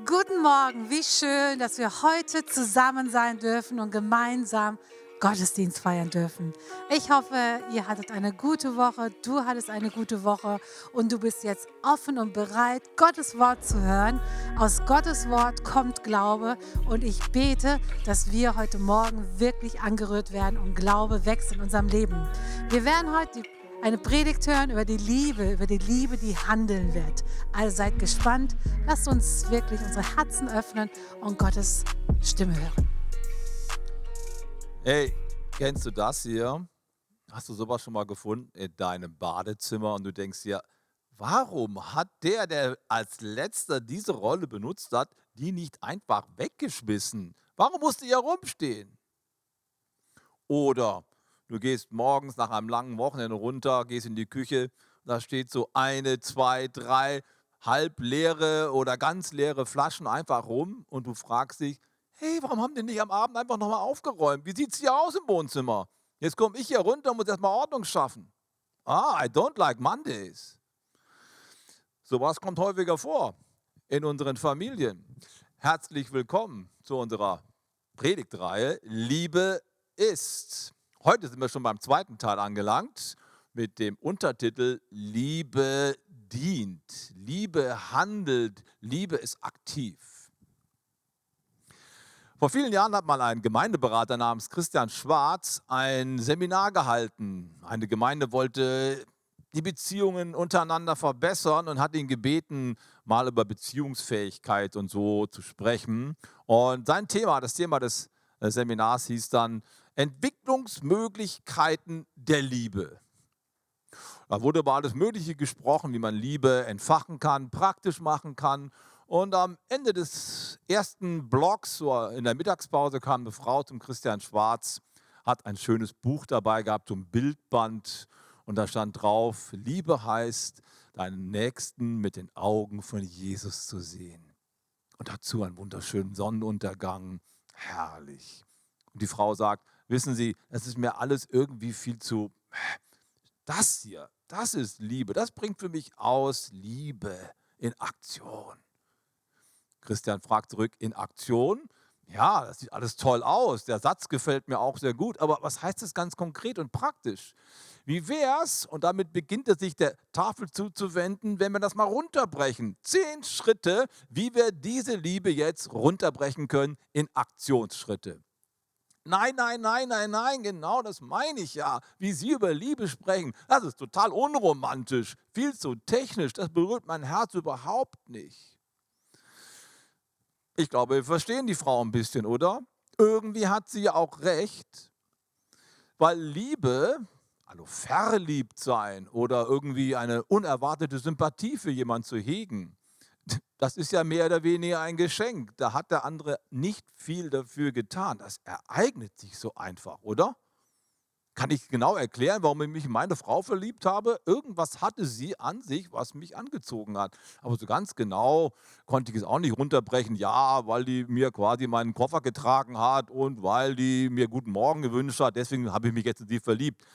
Guten Morgen, wie schön, dass wir heute zusammen sein dürfen und gemeinsam Gottesdienst feiern dürfen. Ich hoffe, ihr hattet eine gute Woche, du hattest eine gute Woche und du bist jetzt offen und bereit, Gottes Wort zu hören. Aus Gottes Wort kommt Glaube und ich bete, dass wir heute Morgen wirklich angerührt werden und Glaube wächst in unserem Leben. Wir werden heute eine Predigt hören über die Liebe, die handeln wird. Also seid gespannt, lasst uns wirklich unsere Herzen öffnen und Gottes Stimme hören. Hey, kennst du das hier? Hast du sowas schon mal gefunden in deinem Badezimmer und du denkst dir, warum hat der als letzter diese Rolle benutzt hat, die nicht einfach weggeschmissen? Warum musste die rumstehen? Oder du gehst morgens nach einem langen Wochenende runter, gehst in die Küche, da steht so eine, zwei, drei halb leere oder ganz leere Flaschen einfach rum und du fragst dich, hey, warum haben die nicht am Abend einfach nochmal aufgeräumt? Wie sieht es hier aus im Wohnzimmer? Jetzt komme ich hier runter und muss erstmal Ordnung schaffen. I don't like Mondays. Sowas kommt häufiger vor in unseren Familien. Herzlich willkommen zu unserer Predigtreihe Liebe ist. Heute sind wir schon beim zweiten Teil angelangt mit dem Untertitel Liebe dient. Liebe handelt, Liebe ist aktiv. Vor vielen Jahren hat mal ein Gemeindeberater namens Christian Schwarz ein Seminar gehalten. Eine Gemeinde wollte die Beziehungen untereinander verbessern und hat ihn gebeten, mal über Beziehungsfähigkeit und so zu sprechen. Und sein Thema, das Thema des Seminars hieß dann Entwicklungsmöglichkeiten der Liebe. Da wurde über alles Mögliche gesprochen, wie man Liebe entfachen kann, praktisch machen kann. Und am Ende des ersten Blocks, so in der Mittagspause, kam eine Frau zum Christian Schwarz, hat ein schönes Buch dabei gehabt, so ein Bildband. Und da stand drauf, Liebe heißt, deinen Nächsten mit den Augen von Jesus zu sehen. Und dazu einen wunderschönen Sonnenuntergang. Herrlich. Und die Frau sagt, wissen Sie, es ist mir alles irgendwie viel zu... Das hier, das ist Liebe. Das bringt für mich aus Liebe in Aktion. Christian fragt zurück, in Aktion? Ja, das sieht alles toll aus. Der Satz gefällt mir auch sehr gut. Aber was heißt das ganz konkret und praktisch? Wie wär's, und damit beginnt es sich der Tafel zuzuwenden, wenn wir das mal runterbrechen? 10 Schritte, wie wir diese Liebe jetzt runterbrechen können in Aktionsschritte. Nein, nein, nein, nein, nein, genau das meine ich ja. Wie Sie über Liebe sprechen, das ist total unromantisch, viel zu technisch, das berührt mein Herz überhaupt nicht. Ich glaube, wir verstehen die Frau ein bisschen, oder? Irgendwie hat sie ja auch recht, weil Liebe, also verliebt sein oder irgendwie eine unerwartete Sympathie für jemanden zu hegen, das ist ja mehr oder weniger ein Geschenk. Da hat der andere nicht viel dafür getan. Das ereignet sich so einfach, oder? Kann ich genau erklären, warum ich mich in meine Frau verliebt habe? Irgendwas hatte sie an sich, was mich angezogen hat. Aber so ganz genau konnte ich es auch nicht runterbrechen. Ja, weil die mir quasi meinen Koffer getragen hat und weil die mir guten Morgen gewünscht hat. Deswegen habe ich mich jetzt in sie verliebt.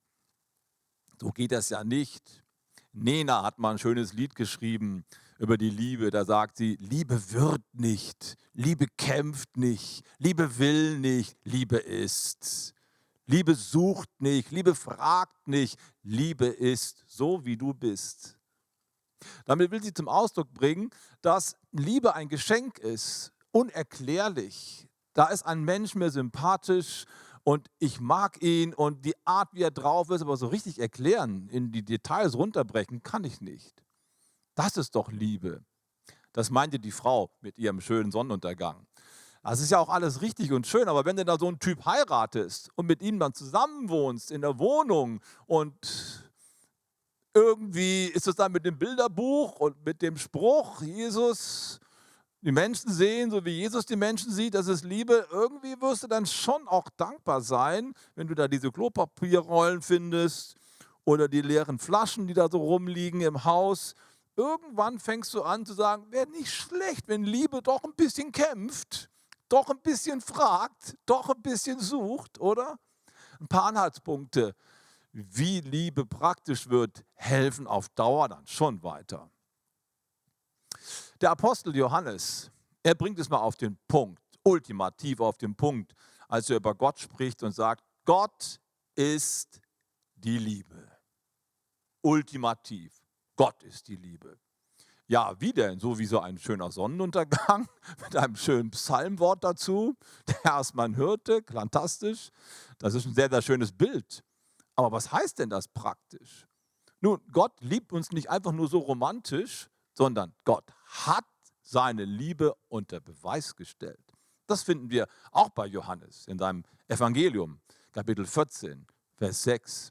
So geht das ja nicht. Nena hat mal ein schönes Lied geschrieben über die Liebe. Da sagt sie, Liebe wird nicht, Liebe kämpft nicht, Liebe will nicht, Liebe ist. Liebe sucht nicht, Liebe fragt nicht, Liebe ist so, wie du bist. Damit will sie zum Ausdruck bringen, dass Liebe ein Geschenk ist, unerklärlich. Da ist ein Mensch mir sympathisch und ich mag ihn und die Art, wie er drauf ist, aber so richtig erklären, in die Details runterbrechen, kann ich nicht. Das ist doch Liebe. Das meinte die Frau mit ihrem schönen Sonnenuntergang. Das ist ja auch alles richtig und schön, aber wenn du da so einen Typ heiratest und mit ihm dann zusammenwohnst in der Wohnung und irgendwie ist es dann mit dem Bilderbuch und mit dem Spruch, Jesus, die Menschen sehen, so wie Jesus die Menschen sieht, das ist Liebe, irgendwie wirst du dann schon auch dankbar sein, wenn du da diese Klopapierrollen findest oder die leeren Flaschen, die da so rumliegen im Haus. Irgendwann fängst du an zu sagen, wäre nicht schlecht, wenn Liebe doch ein bisschen kämpft, doch ein bisschen fragt, doch ein bisschen sucht, oder? Ein paar Anhaltspunkte, wie Liebe praktisch wird, helfen auf Dauer dann schon weiter. Der Apostel Johannes, Er bringt es mal auf den Punkt, ultimativ auf den Punkt, als er über Gott spricht und sagt, Gott ist die Liebe. Ultimativ, Gott ist die Liebe. Ja, wie denn? So wie so ein schöner Sonnenuntergang mit einem schönen Psalmwort dazu. Der Herr ist mein Hirte, fantastisch. Das ist ein sehr, sehr schönes Bild. Aber was heißt denn das praktisch? Nun, Gott liebt uns nicht einfach nur so romantisch, sondern Gott hat seine Liebe unter Beweis gestellt. Das finden wir auch bei Johannes in seinem Evangelium, Kapitel 14, Vers 6.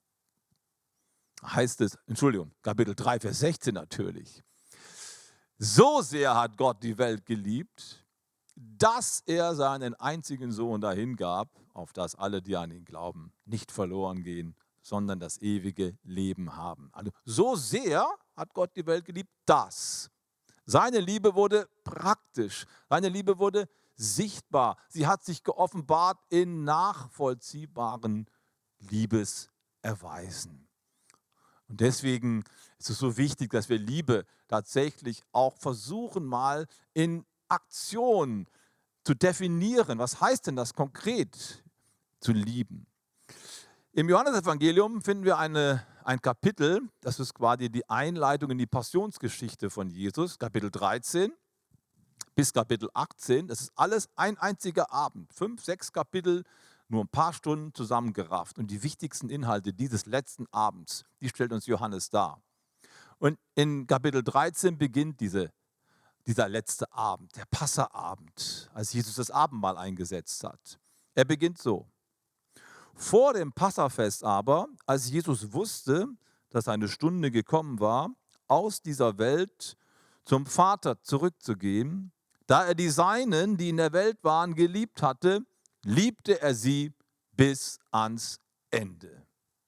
Heißt es, Kapitel 3, Vers 16 natürlich. So sehr hat Gott die Welt geliebt, dass er seinen einzigen Sohn dahingab, auf dass alle, die an ihn glauben, nicht verloren gehen, sondern das ewige Leben haben. Also so sehr hat Gott die Welt geliebt, dass seine Liebe wurde praktisch, seine Liebe wurde sichtbar. Sie hat sich geoffenbart in nachvollziehbaren Liebeserweisen. Und deswegen ist es so wichtig, dass wir Liebe tatsächlich auch versuchen, mal in Aktion zu definieren. Was heißt denn das konkret, zu lieben? Im Johannesevangelium finden wir ein Kapitel, das ist quasi die Einleitung in die Passionsgeschichte von Jesus, Kapitel 13 bis Kapitel 18. Das ist alles ein einziger Abend, 5, 6 Kapitel, nur ein paar Stunden zusammengerafft. Und die wichtigsten Inhalte dieses letzten Abends, die stellt uns Johannes dar. Und in Kapitel 13 beginnt dieser letzte Abend, der Passaabend, als Jesus das Abendmahl eingesetzt hat. Er beginnt so. Vor dem Passafest aber, als Jesus wusste, dass seine Stunde gekommen war, aus dieser Welt zum Vater zurückzugehen, da er die Seinen, die in der Welt waren, geliebt hatte, liebte er sie bis ans Ende.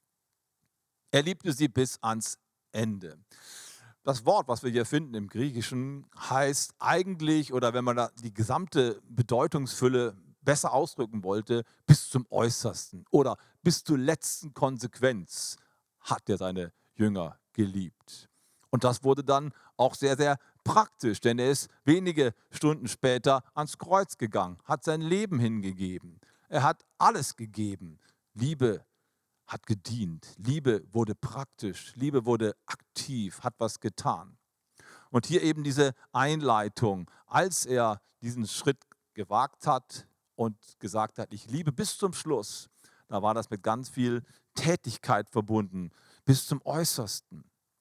Er liebte sie bis ans Ende. Das Wort, was wir hier finden im Griechischen, heißt eigentlich, oder wenn man da die gesamte Bedeutungsfülle besser ausdrücken wollte, bis zum Äußersten oder bis zur letzten Konsequenz hat er seine Jünger geliebt. Und das wurde dann auch sehr, sehr praktisch, denn er ist wenige Stunden später ans Kreuz gegangen, hat sein Leben hingegeben. Er hat alles gegeben. Liebe hat gedient. Liebe wurde praktisch. Liebe wurde aktiv, hat was getan. Und hier eben diese Einleitung, als er diesen Schritt gewagt hat und gesagt hat, ich liebe bis zum Schluss, da war das mit ganz viel Tätigkeit verbunden, bis zum Äußersten.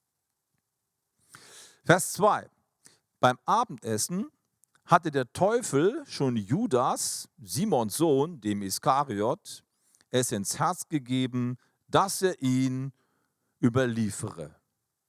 Vers 2. Beim Abendessen hatte der Teufel schon Judas, Simons Sohn, dem Iskariot, es ins Herz gegeben, dass er ihn überliefere.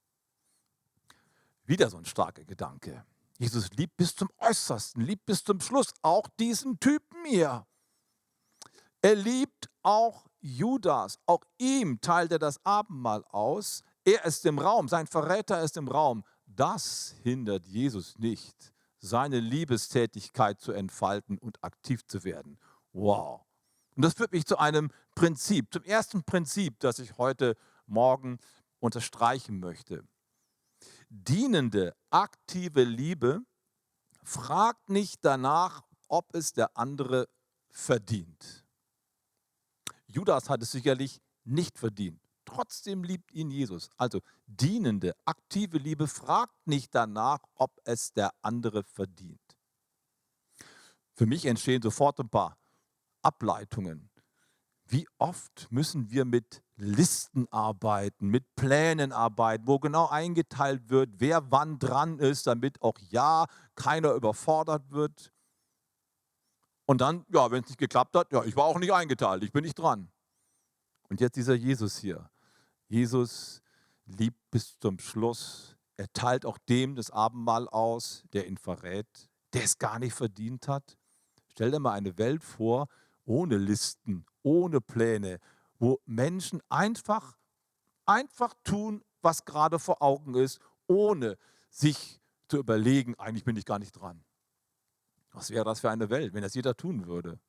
Wieder so ein starker Gedanke. Jesus liebt bis zum Äußersten, liebt bis zum Schluss auch diesen Typen hier. Er liebt auch Judas, auch ihm teilt er das Abendmahl aus. Er ist im Raum, sein Verräter ist im Raum. Das hindert Jesus nicht, seine Liebestätigkeit zu entfalten und aktiv zu werden. Wow. Und das führt mich zu einem Prinzip, zum ersten Prinzip, das ich heute Morgen unterstreichen möchte. Dienende, aktive Liebe fragt nicht danach, ob es der andere verdient. Judas hat es sicherlich nicht verdient. Trotzdem liebt ihn Jesus. Also dienende, aktive Liebe fragt nicht danach, ob es der andere verdient. Für mich entstehen sofort ein paar Ableitungen. Wie oft müssen wir mit Listen arbeiten, mit Plänen arbeiten, wo genau eingeteilt wird, wer wann dran ist, damit auch ja keiner überfordert wird. Und dann, ja, wenn es nicht geklappt hat, ja, ich war auch nicht eingeteilt, ich bin nicht dran. Und jetzt dieser Jesus hier. Jesus liebt bis zum Schluss. Er teilt auch dem das Abendmahl aus, der ihn verrät, der es gar nicht verdient hat. Stell dir mal eine Welt vor, ohne Listen, ohne Pläne, wo Menschen einfach tun, was gerade vor Augen ist, ohne sich zu überlegen, eigentlich bin ich gar nicht dran. Was wäre das für eine Welt, wenn das jeder tun würde?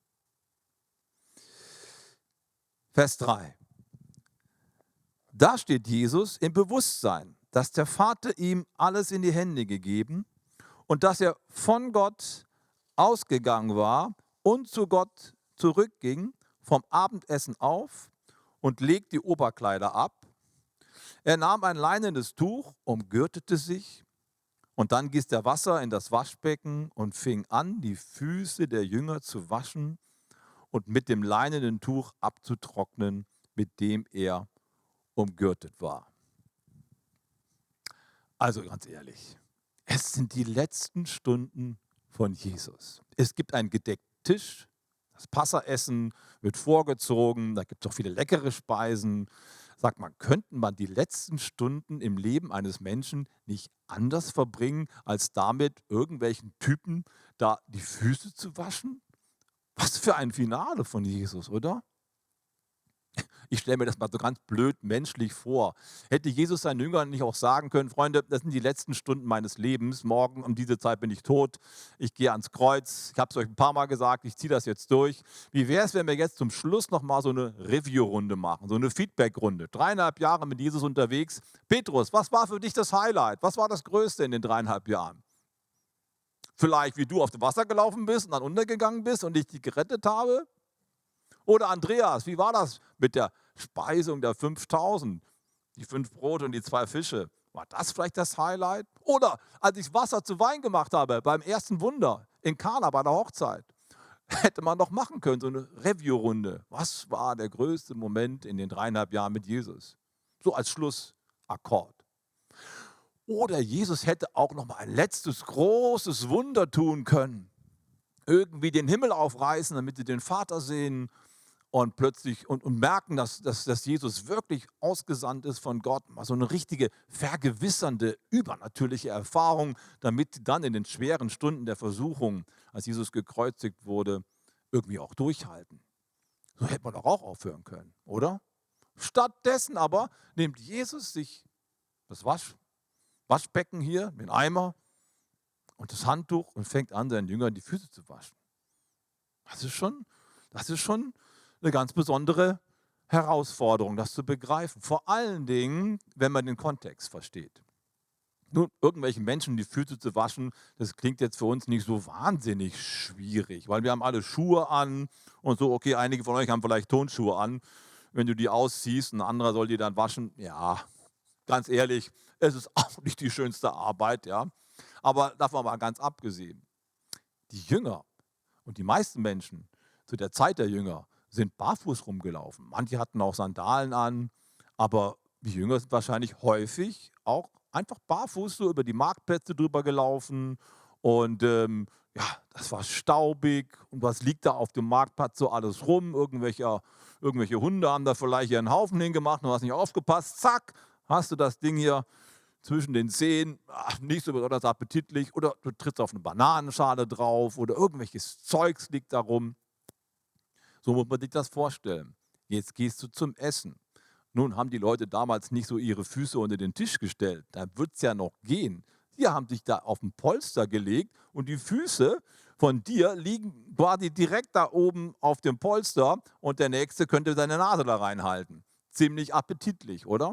Vers 3. Da steht Jesus im Bewusstsein, dass der Vater ihm alles in die Hände gegeben und dass er von Gott ausgegangen war und zu Gott zurückging, vom Abendessen auf und legte die Oberkleider ab. Er nahm ein leinenes Tuch, umgürtete sich und dann gießt er Wasser in das Waschbecken und fing an, die Füße der Jünger zu waschen und mit dem leinenen Tuch abzutrocknen, mit dem er umgürtet war. Also ganz ehrlich, es sind die letzten Stunden von Jesus. Es gibt einen gedeckten Tisch, das Passaessen wird vorgezogen, da gibt es auch viele leckere Speisen. Sagt man, könnten man die letzten Stunden im Leben eines Menschen nicht anders verbringen, als damit irgendwelchen Typen da die Füße zu waschen? Was für ein Finale von Jesus, oder? Ich stelle mir das mal so ganz blöd menschlich vor. Hätte Jesus seinen Jüngern nicht auch sagen können, Freunde, das sind die letzten Stunden meines Lebens, morgen um diese Zeit bin ich tot, ich gehe ans Kreuz, ich habe es euch ein paar Mal gesagt, ich ziehe das jetzt durch. Wie wäre es, wenn wir jetzt zum Schluss nochmal so eine Review-Runde machen, so eine Feedback-Runde? 3,5 Jahre mit Jesus unterwegs. Petrus, was war für dich das Highlight? Was war das Größte in den 3,5 Jahren? Vielleicht, wie du auf dem Wasser gelaufen bist und dann untergegangen bist und ich dich gerettet habe? Oder Andreas, wie war das mit der Speisung der 5.000? Die 5 Brote und die 2 Fische. War das vielleicht das Highlight? Oder als ich Wasser zu Wein gemacht habe, beim ersten Wunder in Kana bei der Hochzeit. Hätte man doch machen können, so eine Review-Runde. Was war der größte Moment in den 3,5 Jahren mit Jesus? So als Schlussakkord. Oder Jesus hätte auch noch mal ein letztes großes Wunder tun können. Irgendwie den Himmel aufreißen, damit sie den Vater sehen und plötzlich und merken, dass Jesus wirklich ausgesandt ist von Gott. Mal so eine richtige vergewissernde, übernatürliche Erfahrung, damit sie dann in den schweren Stunden der Versuchung, als Jesus gekreuzigt wurde, irgendwie auch durchhalten. So hätte man doch auch aufhören können, oder? Stattdessen aber nimmt Jesus sich das Waschbecken hier, den Eimer und das Handtuch und fängt an, seinen Jüngern die Füße zu waschen. Das ist schon eine ganz besondere Herausforderung, das zu begreifen. Vor allen Dingen, wenn man den Kontext versteht. Nun, irgendwelchen Menschen die Füße zu waschen, das klingt jetzt für uns nicht so wahnsinnig schwierig, weil wir haben alle Schuhe an und so, okay, einige von euch haben vielleicht Turnschuhe an. Wenn du die ausziehst, ein anderer soll die dann waschen, ja, ganz ehrlich, es ist auch nicht die schönste Arbeit, ja. Aber davon mal ganz abgesehen, die Jünger und die meisten Menschen zu der Zeit der Jünger sind barfuß rumgelaufen. Manche hatten auch Sandalen an, aber die Jünger sind wahrscheinlich häufig auch einfach barfuß so über die Marktplätze drüber gelaufen. Und ja, das war staubig. Und was liegt da auf dem Marktplatz so alles rum? Irgendwelche Hunde haben da vielleicht ihren Haufen hingemacht und du hast nicht aufgepasst. Zack, hast du das Ding hier zwischen den Zehen, nicht so besonders appetitlich, oder du trittst auf eine Bananenschale drauf oder irgendwelches Zeugs liegt da rum. So muss man sich das vorstellen. Jetzt gehst du zum Essen. Nun haben die Leute damals nicht so ihre Füße unter den Tisch gestellt. Da wird es ja noch gehen. Sie haben sich da auf den Polster gelegt und die Füße von dir liegen quasi direkt da oben auf dem Polster und der Nächste könnte seine Nase da reinhalten. Ziemlich appetitlich, oder?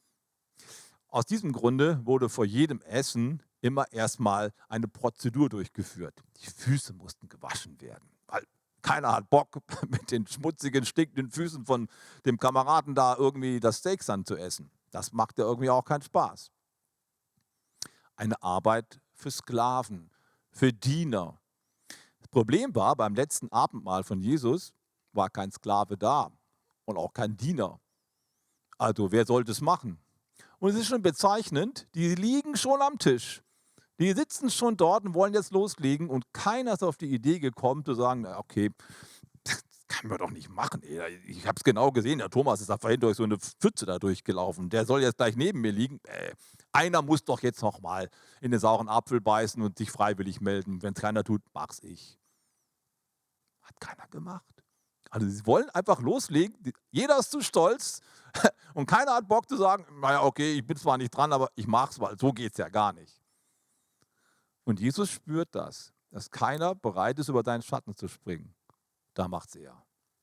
Aus diesem Grunde wurde vor jedem Essen immer erstmal eine Prozedur durchgeführt. Die Füße mussten gewaschen werden, weil keiner hat Bock, mit den schmutzigen, stinkenden Füßen von dem Kameraden da irgendwie das Steak dann zu essen. Das macht ja irgendwie auch keinen Spaß. Eine Arbeit für Sklaven, für Diener. Das Problem war, beim letzten Abendmahl von Jesus war kein Sklave da und auch kein Diener. Also wer sollte es machen? Und es ist schon bezeichnend, die liegen schon am Tisch. Die sitzen schon dort und wollen jetzt loslegen und keiner ist auf die Idee gekommen zu sagen, na okay, das kann man doch nicht machen. Ey. Ich habe es genau gesehen, der Thomas ist da vorhin durch so eine Pfütze da durchgelaufen. Der soll jetzt gleich neben mir liegen. Einer muss doch jetzt noch mal in den sauren Apfel beißen und sich freiwillig melden. Wenn es keiner tut, mach's ich. Hat keiner gemacht. Also sie wollen einfach loslegen. Jeder ist zu stolz und keiner hat Bock zu sagen, naja, okay, ich bin zwar nicht dran, aber ich mach's, weil so geht's ja gar nicht. Und Jesus spürt das, dass keiner bereit ist, über deinen Schatten zu springen. Da macht's er.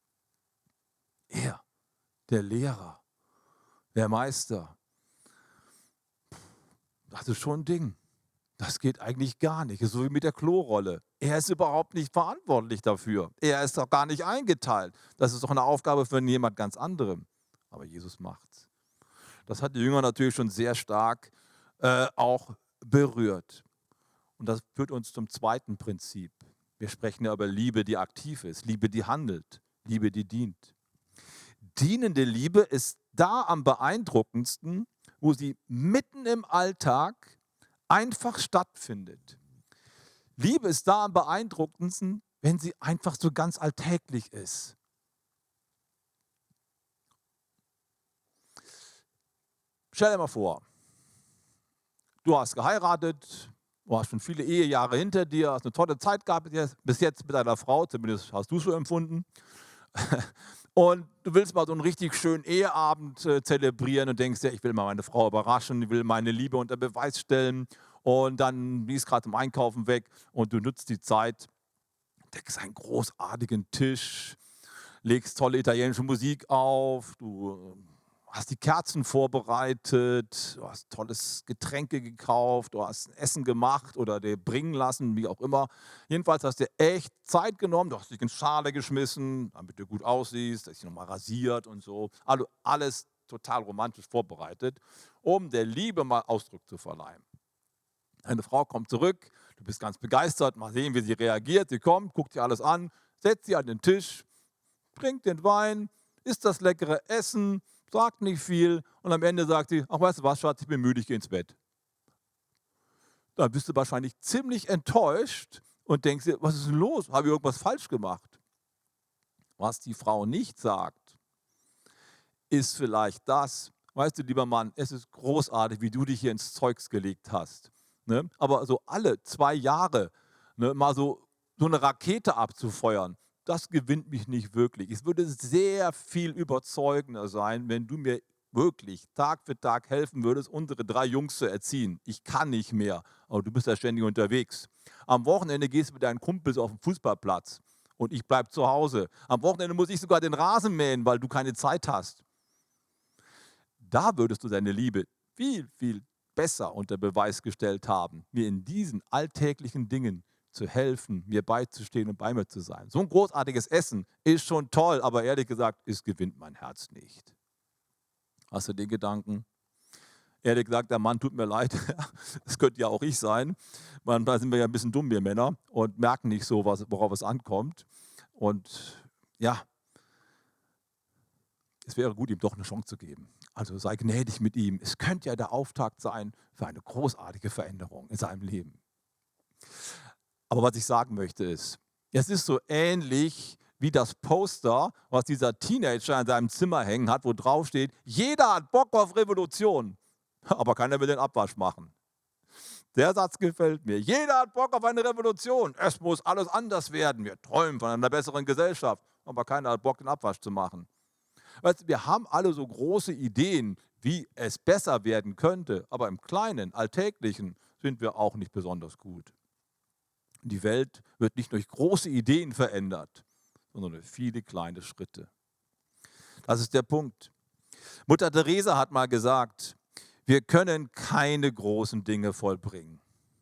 Er, der Lehrer, der Meister. Das ist schon ein Ding. Das geht eigentlich gar nicht. So wie mit der Klorolle. Er ist überhaupt nicht verantwortlich dafür. Er ist doch gar nicht eingeteilt. Das ist doch eine Aufgabe für jemand ganz anderem. Aber Jesus macht's. Das hat die Jünger natürlich schon sehr stark auch berührt. Und das führt uns zum zweiten Prinzip. Wir sprechen ja über Liebe, die aktiv ist, Liebe, die handelt, Liebe, die dient. Dienende Liebe ist da am beeindruckendsten, wo sie mitten im Alltag einfach stattfindet. Liebe ist da am beeindruckendsten, wenn sie einfach so ganz alltäglich ist. Stell dir mal vor, du hast geheiratet, du hast schon viele Ehejahre hinter dir, hast eine tolle Zeit gehabt bis jetzt mit deiner Frau, zumindest hast du es so empfunden. Und du willst mal so einen richtig schönen Eheabend zelebrieren und denkst, ja, ich will mal meine Frau überraschen, ich will meine Liebe unter Beweis stellen. Und dann, die ist gerade zum Einkaufen weg und du nutzt die Zeit, deckst einen großartigen Tisch, legst tolle italienische Musik auf, du hast die Kerzen vorbereitet, du hast tolles Getränke gekauft, du hast Essen gemacht oder dir bringen lassen, wie auch immer. Jedenfalls hast du echt Zeit genommen, du hast dich in Schale geschmissen, damit du gut aussiehst, hast dich nochmal rasiert und so. Also alles total romantisch vorbereitet, um der Liebe mal Ausdruck zu verleihen. Deine Frau kommt zurück, du bist ganz begeistert, mal sehen, wie sie reagiert. Sie kommt, guckt dir alles an, setzt sie an den Tisch, trinkt den Wein, isst das leckere Essen, sagt nicht viel und am Ende sagt sie, ach weißt du was, Schatz, ich bin müde, ich gehe ins Bett. Dann bist du wahrscheinlich ziemlich enttäuscht und denkst dir, was ist denn los? Habe ich irgendwas falsch gemacht? Was die Frau nicht sagt, ist vielleicht das, weißt du, lieber Mann, es ist großartig, wie du dich hier ins Zeugs gelegt hast. Ne? Aber so alle 2 Jahre mal so eine Rakete abzufeuern, das gewinnt mich nicht wirklich. Es würde sehr viel überzeugender sein, wenn du mir wirklich Tag für Tag helfen würdest, unsere 3 Jungs zu erziehen. Ich kann nicht mehr, aber du bist ja ständig unterwegs. Am Wochenende gehst du mit deinen Kumpels auf den Fußballplatz und ich bleibe zu Hause. Am Wochenende muss ich sogar den Rasen mähen, weil du keine Zeit hast. Da würdest du deine Liebe viel, viel besser unter Beweis gestellt haben, mir in diesen alltäglichen Dingen zu helfen, mir beizustehen und bei mir zu sein. So ein großartiges Essen ist schon toll, aber ehrlich gesagt, es gewinnt mein Herz nicht. Hast du den Gedanken? Ehrlich gesagt, der Mann tut mir leid, das könnte ja auch ich sein. Manchmal sind wir ja ein bisschen dumm, wir Männer, und merken nicht so, worauf es ankommt. Und ja, es wäre gut, ihm doch eine Chance zu geben. Also sei gnädig mit ihm. Es könnte ja der Auftakt sein für eine großartige Veränderung in seinem Leben. Aber was ich sagen möchte ist, es ist so ähnlich wie das Poster, was dieser Teenager in seinem Zimmer hängen hat, wo drauf steht, jeder hat Bock auf Revolution, aber keiner will den Abwasch machen. Der Satz gefällt mir. Jeder hat Bock auf eine Revolution. Es muss alles anders werden. Wir träumen von einer besseren Gesellschaft, aber keiner hat Bock, den Abwasch zu machen. Weißt du, wir haben alle so große Ideen, wie es besser werden könnte, aber im Kleinen, Alltäglichen sind wir auch nicht besonders gut. Die Welt wird nicht durch große Ideen verändert, sondern durch viele kleine Schritte. Das ist der Punkt. Mutter Teresa hat mal gesagt, wir können keine großen Dinge vollbringen.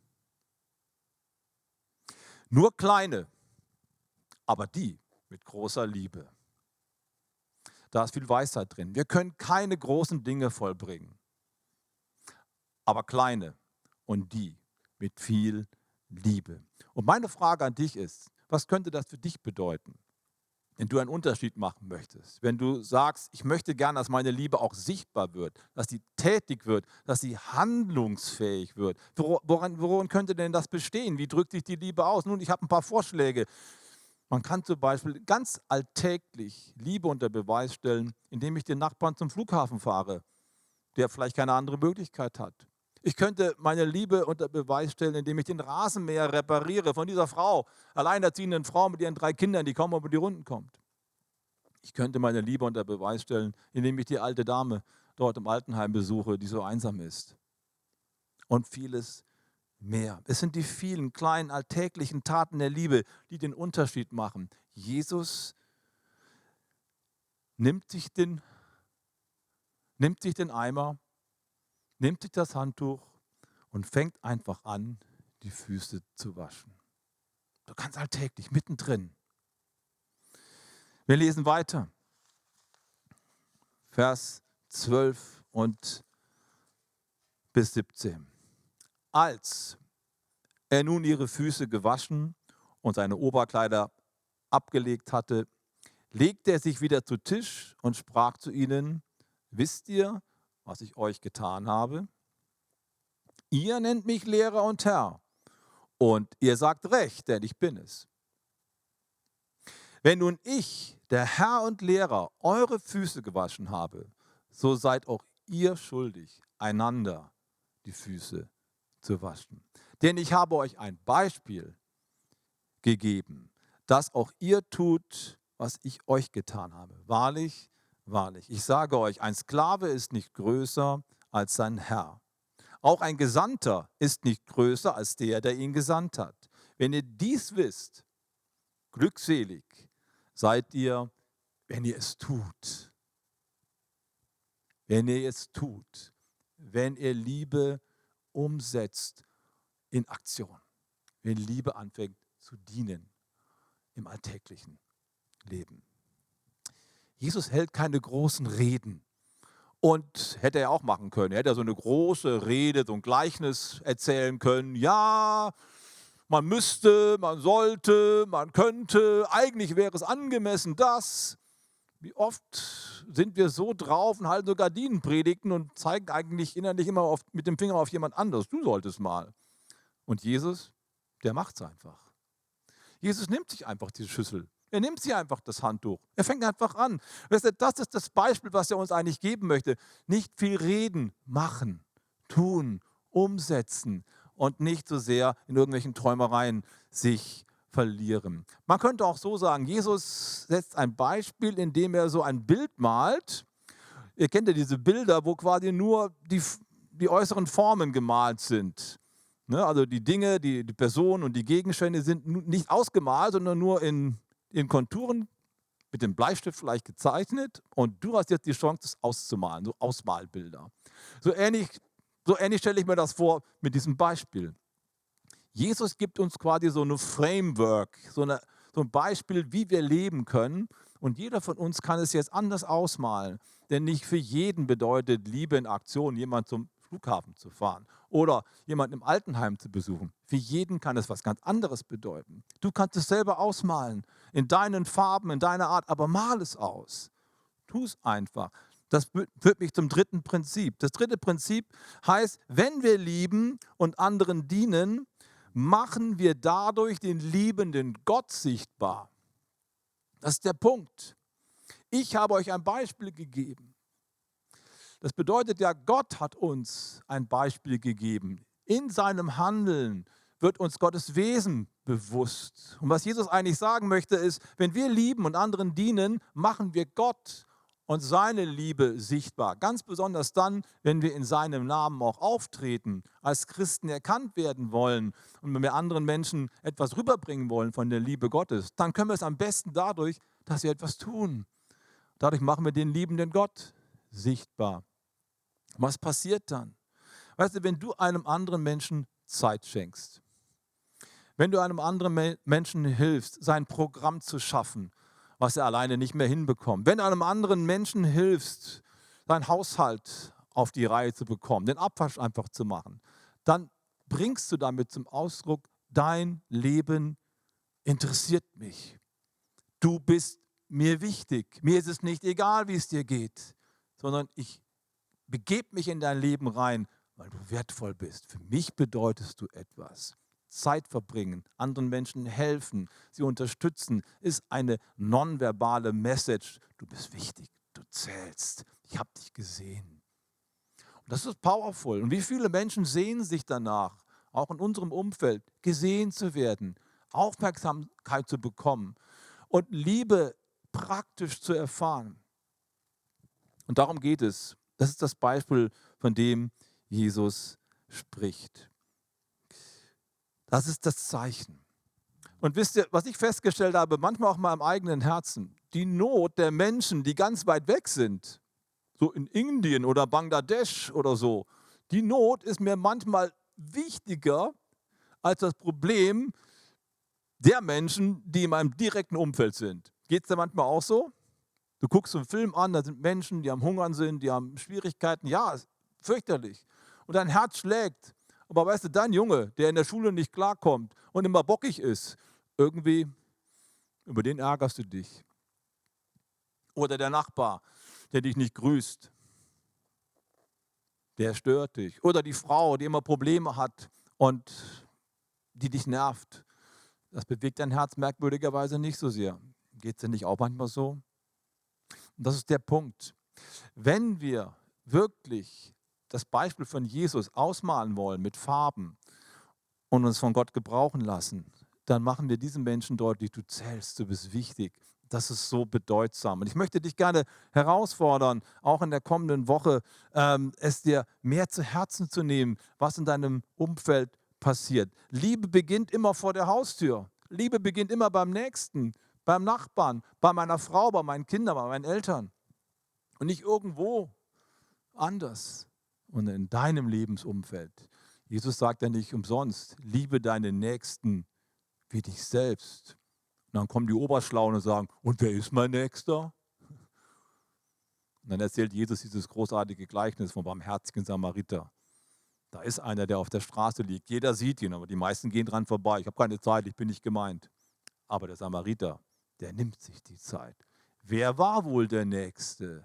Nur kleine, aber die mit großer Liebe. Da ist viel Weisheit drin. Wir können keine großen Dinge vollbringen, aber kleine und die mit viel Liebe. Und meine Frage an dich ist, was könnte das für dich bedeuten, wenn du einen Unterschied machen möchtest? Wenn du sagst, ich möchte gerne, dass meine Liebe auch sichtbar wird, dass sie tätig wird, dass sie handlungsfähig wird. Woran könnte denn das bestehen? Wie drückt sich die Liebe aus? Nun, ich habe ein paar Vorschläge. Man kann zum Beispiel ganz alltäglich Liebe unter Beweis stellen, indem ich den Nachbarn zum Flughafen fahre, der vielleicht keine andere Möglichkeit hat. Ich könnte meine Liebe unter Beweis stellen, indem ich den Rasenmäher repariere von dieser Frau, alleinerziehenden Frau mit ihren 3 Kindern, die kaum über die Runden kommt. Ich könnte meine Liebe unter Beweis stellen, indem ich die alte Dame dort im Altenheim besuche, die so einsam ist. Und vieles mehr. Es sind die vielen kleinen alltäglichen Taten der Liebe, die den Unterschied machen. Jesus nimmt sich den Eimer, nimmt sich das Handtuch und fängt einfach an, die Füße zu waschen. So ganz alltäglich, mittendrin. Wir lesen weiter. Vers 12 und bis 17. Als er nun ihre Füße gewaschen und seine Oberkleider abgelegt hatte, legte er sich wieder zu Tisch und sprach zu ihnen: Wisst ihr, was ich euch getan habe? Ihr nennt mich Lehrer und Herr, und ihr sagt recht, denn ich bin es. Wenn nun ich, der Herr und Lehrer, eure Füße gewaschen habe, so seid auch ihr schuldig, einander die Füße zu waschen. Denn ich habe euch ein Beispiel gegeben, dass auch ihr tut, was ich euch getan habe. Wahrlich, wahrlich, ich sage euch, ein Sklave ist nicht größer als sein Herr. Auch ein Gesandter ist nicht größer als der ihn gesandt hat. Wenn ihr dies wisst, glückselig seid ihr, wenn ihr es tut. Wenn ihr es tut. Wenn ihr Liebe umsetzt in Aktion. Wenn Liebe anfängt zu dienen im alltäglichen Leben. Jesus hält keine großen Reden. Und hätte er auch machen können. Er hätte so eine große Rede, so ein Gleichnis erzählen können. Ja, man müsste, man sollte, man könnte, eigentlich wäre es angemessen, das. Wie oft sind wir so drauf und halten so Gardinenpredigten und zeigen eigentlich innerlich immer mit dem Finger auf jemand anderes. Du solltest mal. Und Jesus, der macht es einfach. Jesus nimmt sich einfach diese Schüssel. Er nimmt sie einfach, das Handtuch. Er fängt einfach an. Weißt du, das ist das Beispiel, was er uns eigentlich geben möchte. Nicht viel reden, machen, tun, umsetzen und nicht so sehr in irgendwelchen Träumereien sich verlieren. Man könnte auch so sagen, Jesus setzt ein Beispiel, indem er so ein Bild malt. Ihr kennt ja diese Bilder, wo quasi nur die äußeren Formen gemalt sind. Ne, also die Dinge, die Personen und die Gegenstände sind nicht ausgemalt, sondern nur in Konturen mit dem Bleistift vielleicht gezeichnet, und du hast jetzt die Chance, das auszumalen, so Ausmalbilder. So ähnlich stelle ich mir das vor mit diesem Beispiel. Jesus gibt uns quasi so eine Framework, so ein Beispiel, wie wir leben können, und jeder von uns kann es jetzt anders ausmalen, denn nicht für jeden bedeutet Liebe in Aktion, jemand zum Flughafen zu fahren oder jemanden im Altenheim zu besuchen. Für jeden kann es was ganz anderes bedeuten. Du kannst es selber ausmalen, in deinen Farben, in deiner Art, aber mal es aus. Tu es einfach. Das führt mich zum dritten Prinzip. Das dritte Prinzip heißt, wenn wir lieben und anderen dienen, machen wir dadurch den liebenden Gott sichtbar. Das ist der Punkt. Ich habe euch ein Beispiel gegeben. Das bedeutet ja, Gott hat uns ein Beispiel gegeben. In seinem Handeln wird uns Gottes Wesen bewusst. Und was Jesus eigentlich sagen möchte, ist, wenn wir lieben und anderen dienen, machen wir Gott und seine Liebe sichtbar. Ganz besonders dann, wenn wir in seinem Namen auch auftreten, als Christen erkannt werden wollen und wenn wir anderen Menschen etwas rüberbringen wollen von der Liebe Gottes, dann können wir es am besten dadurch, dass wir etwas tun. Dadurch machen wir den liebenden Gott sichtbar. Was passiert dann? Weißt du, wenn du einem anderen Menschen Zeit schenkst, wenn du einem anderen Menschen hilfst, sein Programm zu schaffen, was er alleine nicht mehr hinbekommt, wenn du einem anderen Menschen hilfst, seinen Haushalt auf die Reihe zu bekommen, den Abwasch einfach zu machen, dann bringst du damit zum Ausdruck, dein Leben interessiert mich. Du bist mir wichtig. Mir ist es nicht egal, wie es dir geht, sondern ich begebe mich in dein Leben rein, weil du wertvoll bist. Für mich bedeutest du etwas. Zeit verbringen, anderen Menschen helfen, sie unterstützen, ist eine nonverbale Message. Du bist wichtig, du zählst, ich habe dich gesehen. Und das ist powerful. Und wie viele Menschen sehnen sich danach, auch in unserem Umfeld, gesehen zu werden, Aufmerksamkeit zu bekommen und Liebe praktisch zu erfahren. Und darum geht es. Das ist das Beispiel, von dem Jesus spricht. Das ist das Zeichen. Und wisst ihr, was ich festgestellt habe, manchmal auch mal im eigenen Herzen, die Not der Menschen, die ganz weit weg sind, so in Indien oder Bangladesch oder so, die Not ist mir manchmal wichtiger als das Problem der Menschen, die in meinem direkten Umfeld sind. Geht es dir manchmal auch so? Du guckst so einen Film an, da sind Menschen, die am Hungern sind, die haben Schwierigkeiten. Ja, ist fürchterlich. Und dein Herz schlägt. Aber weißt du, dein Junge, der in der Schule nicht klarkommt und immer bockig ist, irgendwie, über den ärgerst du dich. Oder der Nachbar, der dich nicht grüßt, der stört dich. Oder die Frau, die immer Probleme hat und die dich nervt. Das bewegt dein Herz merkwürdigerweise nicht so sehr. Geht es dir nicht auch manchmal so? Und das ist der Punkt. Wenn wir wirklich das Beispiel von Jesus ausmalen wollen mit Farben und uns von Gott gebrauchen lassen, dann machen wir diesen Menschen deutlich, du zählst, du bist wichtig. Das ist so bedeutsam. Und ich möchte dich gerne herausfordern, auch in der kommenden Woche, es dir mehr zu Herzen zu nehmen, was in deinem Umfeld passiert. Liebe beginnt immer vor der Haustür. Liebe beginnt immer beim Nächsten, beim Nachbarn, bei meiner Frau, bei meinen Kindern, bei meinen Eltern. Und nicht irgendwo anders und in deinem Lebensumfeld. Jesus sagt ja nicht umsonst, liebe deine Nächsten wie dich selbst. Und dann kommen die Oberschlauen und sagen, und wer ist mein Nächster? Und dann erzählt Jesus dieses großartige Gleichnis vom barmherzigen Samariter. Da ist einer, der auf der Straße liegt. Jeder sieht ihn, aber die meisten gehen dran vorbei. Ich habe keine Zeit, ich bin nicht gemeint. Aber der Samariter, der nimmt sich die Zeit. Wer war wohl der Nächste?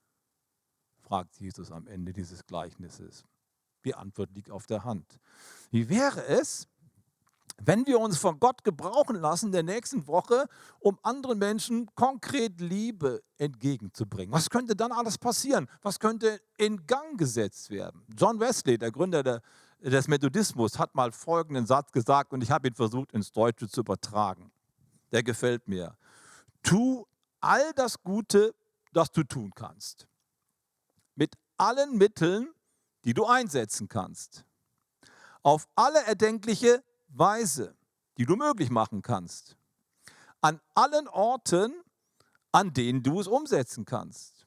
Fragt Jesus am Ende dieses Gleichnisses. Die Antwort liegt auf der Hand. Wie wäre es, wenn wir uns von Gott gebrauchen lassen in der nächsten Woche, um anderen Menschen konkret Liebe entgegenzubringen? Was könnte dann alles passieren? Was könnte in Gang gesetzt werden? John Wesley, der Gründer des Methodismus, hat mal folgenden Satz gesagt und ich habe ihn versucht ins Deutsche zu übertragen. Der gefällt mir. Tu all das Gute, das du tun kannst. Mit allen Mitteln, die du einsetzen kannst. Auf alle erdenkliche Weise, die du möglich machen kannst. An allen Orten, an denen du es umsetzen kannst.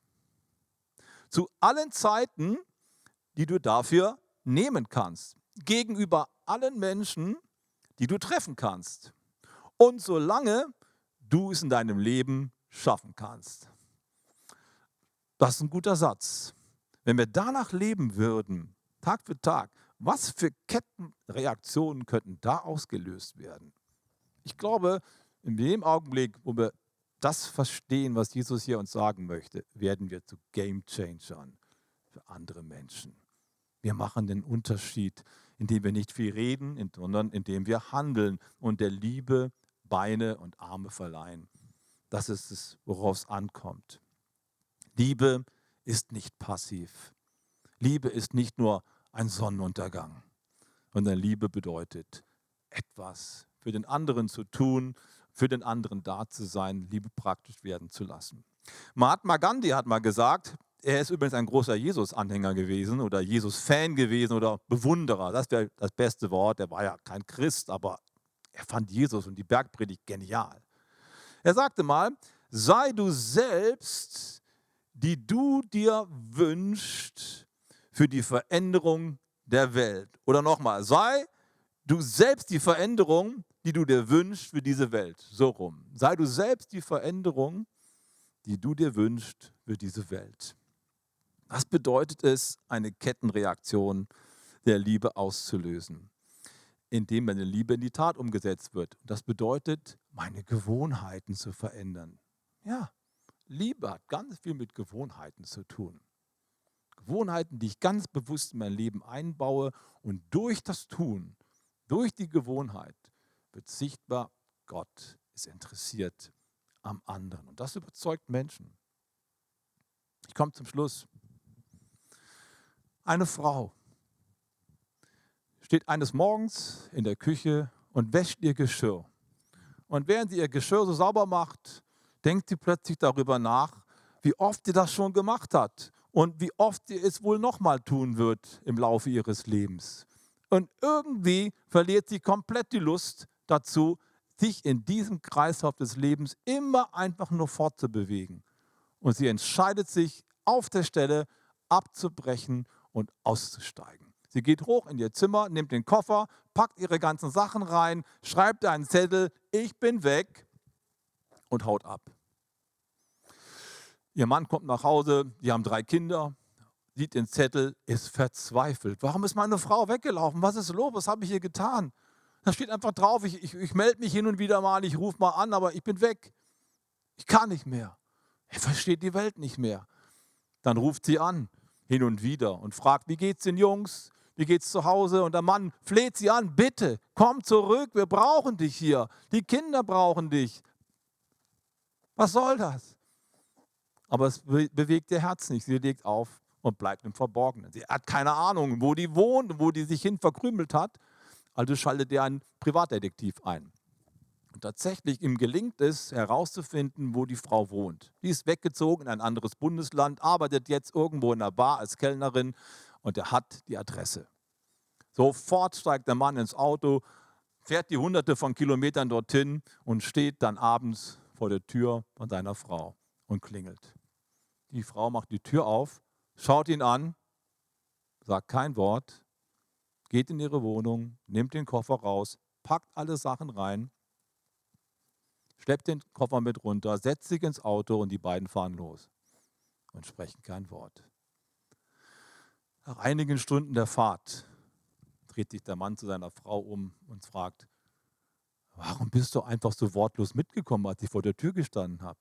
Zu allen Zeiten, die du dafür nehmen kannst. Gegenüber allen Menschen, die du treffen kannst. Und solange du es in deinem Leben schaffen kannst. Das ist ein guter Satz. Wenn wir danach leben würden, Tag für Tag, was für Kettenreaktionen könnten da ausgelöst werden? Ich glaube, in dem Augenblick, wo wir das verstehen, was Jesus hier uns sagen möchte, werden wir zu Game-Changern für andere Menschen. Wir machen den Unterschied, indem wir nicht viel reden, sondern indem wir handeln und der Liebe Beine und Arme verleihen. Das ist es, worauf es ankommt. Liebe ist nicht passiv. Liebe ist nicht nur ein Sonnenuntergang, sondern Liebe bedeutet, etwas für den anderen zu tun, für den anderen da zu sein, Liebe praktisch werden zu lassen. Mahatma Gandhi hat mal gesagt, er ist übrigens ein großer Jesus-Anhänger gewesen oder Jesus-Fan gewesen oder Bewunderer, das wäre das beste Wort, er war ja kein Christ, aber er fand Jesus und die Bergpredigt genial. Er sagte mal, sei du selbst, die du dir wünschst für die Veränderung der Welt. Oder nochmal, sei du selbst die Veränderung, die du dir wünschst für diese Welt. So rum. Sei du selbst die Veränderung, die du dir wünschst für diese Welt. Was bedeutet es, eine Kettenreaktion der Liebe auszulösen, indem meine Liebe in die Tat umgesetzt wird? Das bedeutet, meine Gewohnheiten zu verändern. Ja, Liebe hat ganz viel mit Gewohnheiten zu tun. Gewohnheiten, die ich ganz bewusst in mein Leben einbaue und durch das Tun, durch die Gewohnheit wird sichtbar, Gott ist interessiert am anderen. Und das überzeugt Menschen. Ich komme zum Schluss. Eine Frau steht eines Morgens in der Küche und wäscht ihr Geschirr. Und während sie ihr Geschirr so sauber macht, denkt sie plötzlich darüber nach, wie oft sie das schon gemacht hat und wie oft sie es wohl nochmal tun wird im Laufe ihres Lebens. Und irgendwie verliert sie komplett die Lust dazu, sich in diesem Kreislauf des Lebens immer einfach nur fortzubewegen. Und sie entscheidet sich auf der Stelle abzubrechen und auszusteigen. Sie geht hoch in ihr Zimmer, nimmt den Koffer, packt ihre ganzen Sachen rein, schreibt einen Zettel, ich bin weg und haut ab. Ihr Mann kommt nach Hause, die haben 3 Kinder, sieht den Zettel, ist verzweifelt. Warum ist meine Frau weggelaufen? Was ist los? Was habe ich hier getan? Da steht einfach drauf, ich melde mich hin und wieder mal, ich rufe mal an, aber ich bin weg. Ich kann nicht mehr. Er versteht die Welt nicht mehr. Dann ruft sie an, hin und wieder, und fragt, wie geht's den Jungs? Wie geht's zu Hause? Und der Mann fleht sie an, bitte, komm zurück, wir brauchen dich hier. Die Kinder brauchen dich. Was soll das? Aber es bewegt ihr Herz nicht. Sie legt auf und bleibt im Verborgenen. Sie hat keine Ahnung, wo die wohnt und wo die sich hin verkrümelt hat. Also schaltet er einen Privatdetektiv ein. Und tatsächlich ihm gelingt es, herauszufinden, wo die Frau wohnt. Die ist weggezogen in ein anderes Bundesland, arbeitet jetzt irgendwo in einer Bar als Kellnerin und er hat die Adresse. Sofort steigt der Mann ins Auto, fährt die Hunderte von Kilometern dorthin und steht dann abends vor der Tür von seiner Frau und klingelt. Die Frau macht die Tür auf, schaut ihn an, sagt kein Wort, geht in ihre Wohnung, nimmt den Koffer raus, packt alle Sachen rein, schleppt den Koffer mit runter, setzt sich ins Auto und die beiden fahren los und sprechen kein Wort. Nach einigen Stunden der Fahrt dreht sich der Mann zu seiner Frau um und fragt, warum bist du einfach so wortlos mitgekommen, als ich vor der Tür gestanden habe?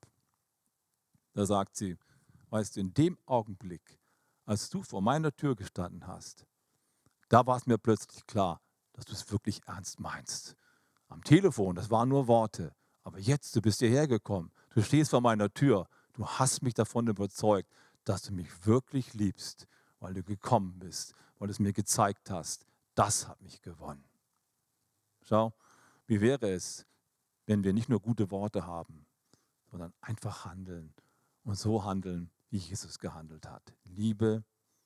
Da sagt sie, weißt du, in dem Augenblick, als du vor meiner Tür gestanden hast, da war es mir plötzlich klar, dass du es wirklich ernst meinst. Am Telefon, das waren nur Worte. Aber jetzt, du bist hierher gekommen, du stehst vor meiner Tür, du hast mich davon überzeugt, dass du mich wirklich liebst, weil du gekommen bist, weil du es mir gezeigt hast. Das hat mich gewonnen. Schau, wie wäre es, wenn wir nicht nur gute Worte haben, sondern einfach handeln und so handeln, wie Jesus gehandelt hat. Liebe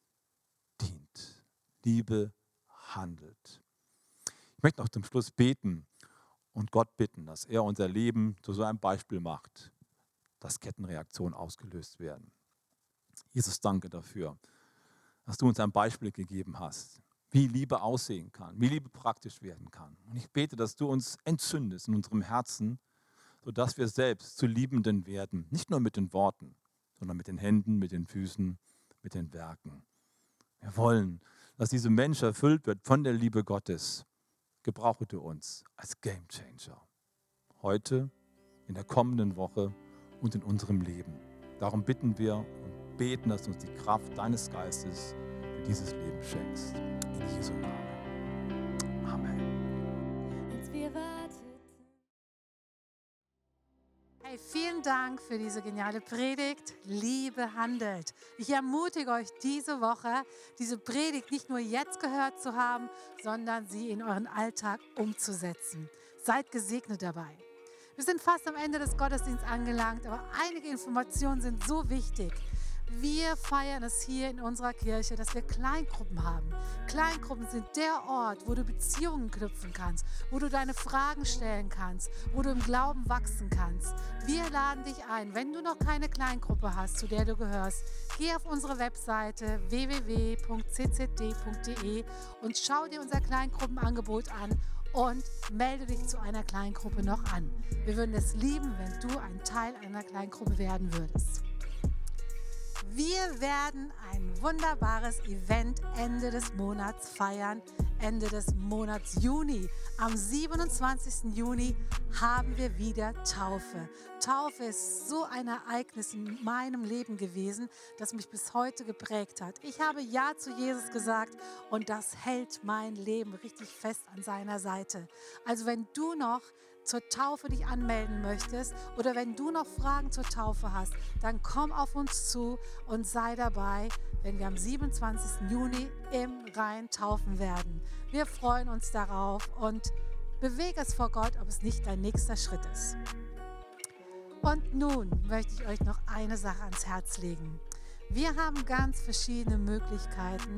dient, Liebe handelt. Ich möchte noch zum Schluss beten und Gott bitten, dass er unser Leben zu so einem Beispiel macht, dass Kettenreaktionen ausgelöst werden. Jesus, danke dafür, dass du uns ein Beispiel gegeben hast, wie Liebe aussehen kann, wie Liebe praktisch werden kann. Und ich bete, dass du uns entzündest in unserem Herzen, sodass wir selbst zu Liebenden werden, nicht nur mit den Worten, sondern mit den Händen, mit den Füßen, mit den Werken. Wir wollen, dass diese Mensch erfüllt wird von der Liebe Gottes. Gebrauche du uns als Gamechanger. Heute, in der kommenden Woche und in unserem Leben. Darum bitten wir und beten, dass du uns die Kraft deines Geistes für dieses Leben schenkst. In Jesu Namen. Amen. Als wir warteten. Hey, vielen Dank für diese geniale Predigt. Liebe handelt. Ich ermutige euch diese Woche, diese Predigt nicht nur jetzt gehört zu haben, sondern sie in euren Alltag umzusetzen. Seid gesegnet dabei. Wir sind fast am Ende des Gottesdienstes angelangt, aber einige Informationen sind so wichtig. Wir feiern es hier in unserer Kirche, dass wir Kleingruppen haben. Kleingruppen sind der Ort, wo du Beziehungen knüpfen kannst, wo du deine Fragen stellen kannst, wo du im Glauben wachsen kannst. Wir laden dich ein, wenn du noch keine Kleingruppe hast, zu der du gehörst, geh auf unsere Webseite www.ccd.de und schau dir unser Kleingruppenangebot an und melde dich zu einer Kleingruppe noch an. Wir würden es lieben, wenn du ein Teil einer Kleingruppe werden würdest. Wir werden ein wunderbares Event Ende des Monats feiern, Ende des Monats Juni. Am 27. Juni haben wir wieder Taufe. Taufe ist so ein Ereignis in meinem Leben gewesen, das mich bis heute geprägt hat. Ich habe Ja zu Jesus gesagt und das hält mein Leben richtig fest an seiner Seite. Also wenn du noch zur Taufe dich anmelden möchtest oder wenn du noch Fragen zur Taufe hast, dann komm auf uns zu und sei dabei, wenn wir am 27. Juni im Rhein taufen werden. Wir freuen uns darauf und bewege es vor Gott, ob es nicht dein nächster Schritt ist. Und nun möchte ich euch noch eine Sache ans Herz legen. Wir haben ganz verschiedene Möglichkeiten,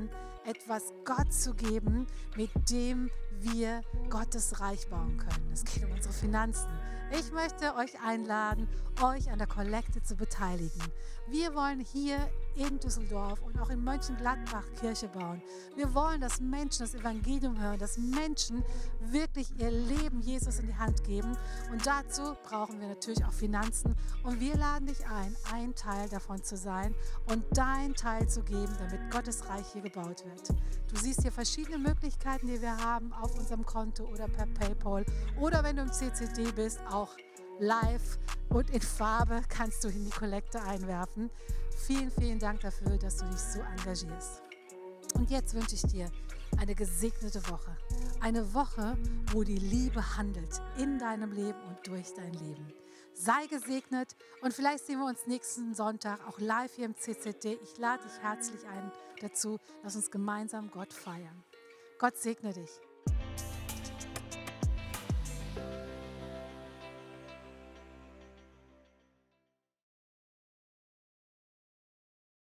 etwas Gott zu geben, mit dem wir Gottes Reich bauen können. Es geht um unsere Finanzen. Ich möchte euch einladen, euch an der Kollekte zu beteiligen. Wir wollen hier in Düsseldorf und auch in Mönchengladbach Kirche bauen. Wir wollen, dass Menschen das Evangelium hören, dass Menschen wirklich ihr Leben Jesus in die Hand geben. Und dazu brauchen wir natürlich auch Finanzen. Und wir laden dich ein Teil davon zu sein und dein Teil zu geben, damit Gottes Reich hier gebaut wird. Du siehst hier verschiedene Möglichkeiten, die wir haben auf unserem Konto oder per PayPal. Oder wenn du im CCD bist, auch live und in Farbe kannst du in die Kollekte einwerfen. Vielen, vielen Dank dafür, dass du dich so engagierst. Und jetzt wünsche ich dir eine gesegnete Woche. Eine Woche, wo die Liebe handelt in deinem Leben und durch dein Leben. Sei gesegnet und vielleicht sehen wir uns nächsten Sonntag auch live hier im CCD. Ich lade dich herzlich ein dazu. Lass uns gemeinsam Gott feiern. Gott segne dich.